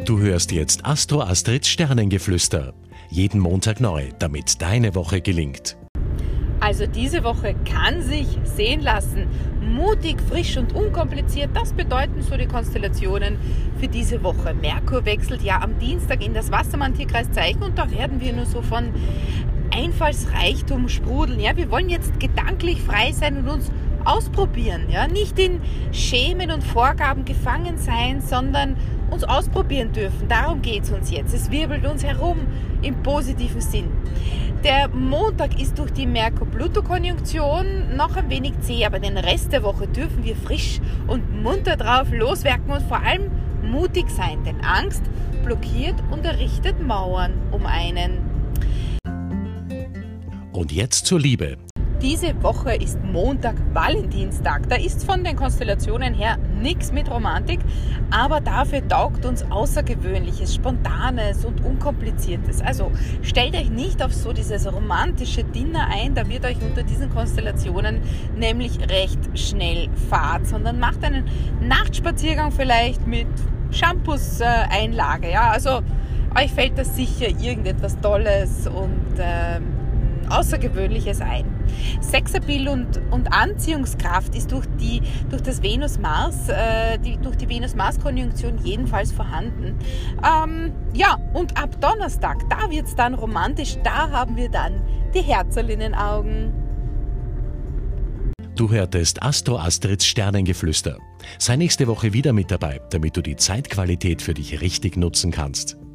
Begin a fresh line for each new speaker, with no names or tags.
Du hörst jetzt Astro Astrids Sternengeflüster. Jeden Montag neu, damit deine Woche gelingt.
Also diese Woche kann sich sehen lassen. Mutig, frisch und unkompliziert, das bedeuten so die Konstellationen für diese Woche. Merkur wechselt ja am Dienstag in das Wassermann-Tierkreiszeichen und da werden wir nur so von Einfallsreichtum sprudeln. Ja, wir wollen jetzt gedanklich frei sein und uns ausprobieren. Ja, nicht in Schemen und Vorgaben gefangen sein, sondern uns ausprobieren dürfen. Darum geht es uns jetzt. Es wirbelt uns herum im positiven Sinn. Der Montag ist durch die Merkur-Pluto-Konjunktion noch ein wenig zäh, aber den Rest der Woche dürfen wir frisch und munter drauf loswerken und vor allem mutig sein, denn Angst blockiert und errichtet Mauern um einen.
Und jetzt zur Liebe.
Diese Woche ist Montag Valentinstag. Da ist von den Konstellationen her nichts mit Romantik, aber dafür taugt uns Außergewöhnliches, Spontanes und Unkompliziertes. Also stellt euch nicht auf so dieses romantische Dinner ein, da wird euch unter diesen Konstellationen nämlich recht schnell fad, sondern macht einen Nachtspaziergang vielleicht mit Shampoos-Einlage. Ja? Also euch fällt da sicher irgendetwas Tolles und Außergewöhnliches ein. Sexappeal und Anziehungskraft ist durch die Venus-Mars-Konjunktion jedenfalls vorhanden. Und ab Donnerstag, da wird es dann romantisch, da haben wir dann die Herzerl in den Augen.
Du hörtest Astro Astrids Sternengeflüster. Sei nächste Woche wieder mit dabei, damit du die Zeitqualität für dich richtig nutzen kannst.